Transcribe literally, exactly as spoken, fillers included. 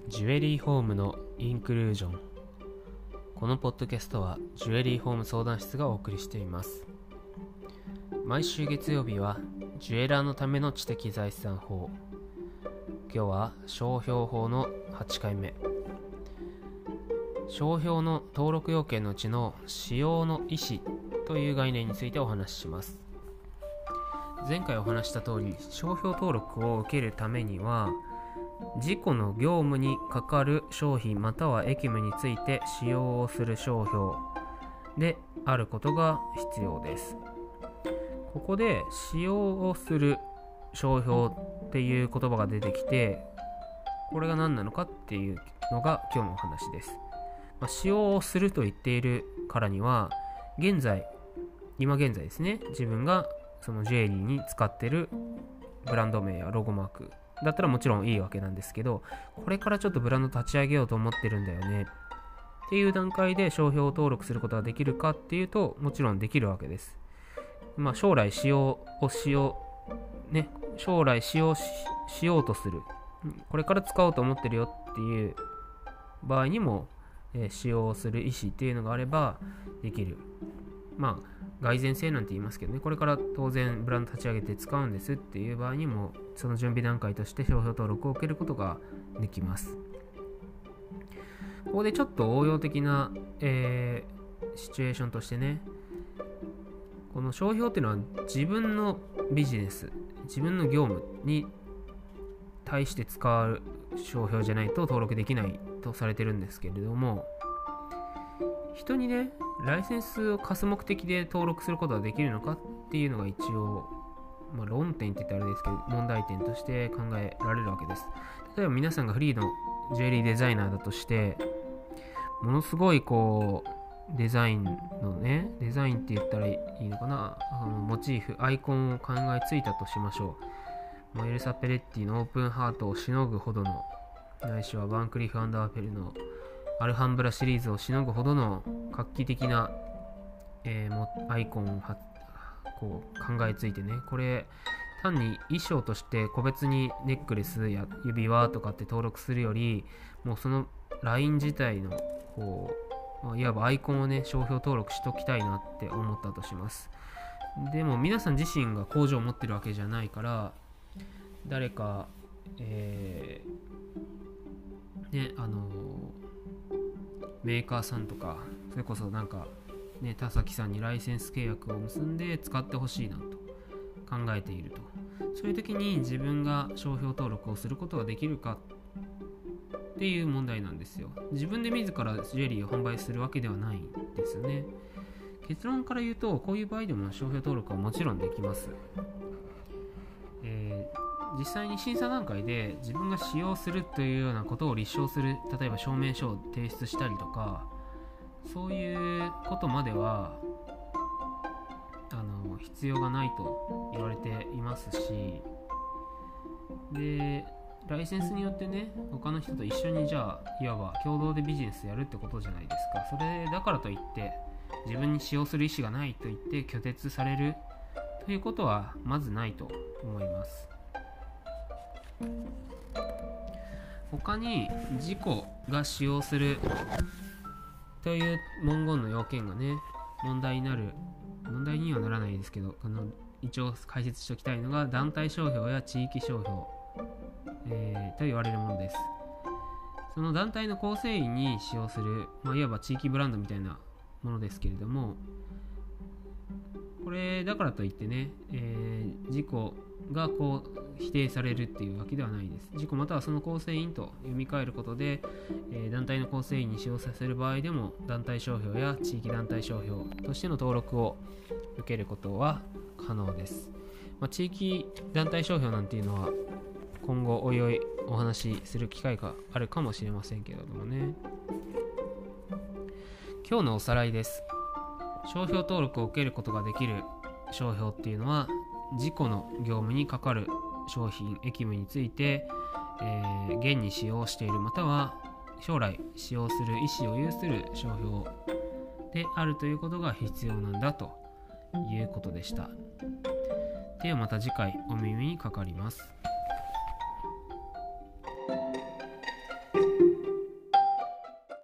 ジュエリーホームのインクルージョン。このポッドキャストはジュエリーホーム相談室がお送りしています。毎週月曜日はジュエラーのための知的財産法。今日は商標法のはちかいめ。商標の登録要件のうちの使用の意思という概念についてお話しします。前回お話した通り、商標登録を受けるためには自己の業務にかかる商品または役務について使用をする商標であることが必要です。ここで使用をする商標っていう言葉が出てきて、これが何なのかっていうのが今日のお話です。まあ、使用をすると言っているからには、現在今現在ですね、自分がそのジュエリーに使っているブランド名やロゴマークだったらもちろんいいわけなんですけど、これからちょっとブランド立ち上げようと思ってるんだよねっていう段階で商標を登録することができるかっていうと、もちろんできるわけです。まあ将来使用をしようね、将来使用 し, しようとする、これから使おうと思ってるよっていう場合にも、えー、使用をする意思っていうのがあればできる。まあ蓋然性なんて言いますけどね、これから当然ブランド立ち上げて使うんですっていう場合にも、その準備段階として商標登録を受けることができます。ここでちょっと応用的な、えー、シチュエーションとしてね、この商標っていうのは自分のビジネス、自分の業務に対して使う商標じゃないと登録できないとされてるんですけれども、人にねライセンスを貸す目的で登録することができるのかっていうのが一応、まあ、論点って言ったらあれですけど問題点として考えられるわけです。例えば皆さんがフリーのジュエリーデザイナーだとして、ものすごいこうデザインのね、デザインって言ったらいいのかな、あのモチーフ、アイコンを考えついたとしましょう。モエルサ・ペレッティのオープンハートをしのぐほどの、ないしはバンクリフ・アンダーペルのアルハンブラシリーズをしのぐほどの画期的な、えー、もアイコンをはこう考えついてね、これ単に衣装として個別にネックレスや指輪とかって登録するより、もうそのライン自体のこう、まあ、いわばアイコンをね商標登録しときたいなって思ったとします。でも皆さん自身が工場を持ってるわけじゃないから、誰か、えー、ねあのーメーカーさんとか、それこそなんかね田崎さんにライセンス契約を結んで使ってほしいなと考えていると。そういう時に自分が商標登録をすることができるかっていう問題なんですよ。自分で自らジュエリーを販売するわけではないんですよね。結論から言うと、こういう場合でも商標登録はもちろんできます。えー実際に審査段階で自分が使用するというようなことを立証する、例えば証明書を提出したりとか、そういうことまではあの必要がないと言われていますし、でライセンスによってね、他の人と一緒にじゃあいわば共同でビジネスやるってことじゃないですか。それだからといって自分に使用する意思がないと言って拒絶されるということはまずないと思います。他に自己が使用するという文言の要件がね問題になる、問題にはならないですけど、あの一応解説しておきたいのが団体商標や地域商標、えー、と言われるものです。その団体の構成員に使用する、まあ、いわば地域ブランドみたいなものですけれども、これだからといってね、えー、自己がこう否定されるっていうわけではないです。自己またはその構成員と読み替えることで、えー、団体の構成員に使用させる場合でも団体商標や地域団体商標としての登録を受けることは可能です。まあ、地域団体商標なんていうのは今後おいおいお話しする機会があるかもしれませんけれどもね。今日のおさらいです。商標登録を受けることができる商標っていうのは、自己の業務にかかる商品、役務について、えー、現に使用しているまたは将来使用する意思を有する商標であるということが必要なんだということでした。ではまた次回お耳にかかります。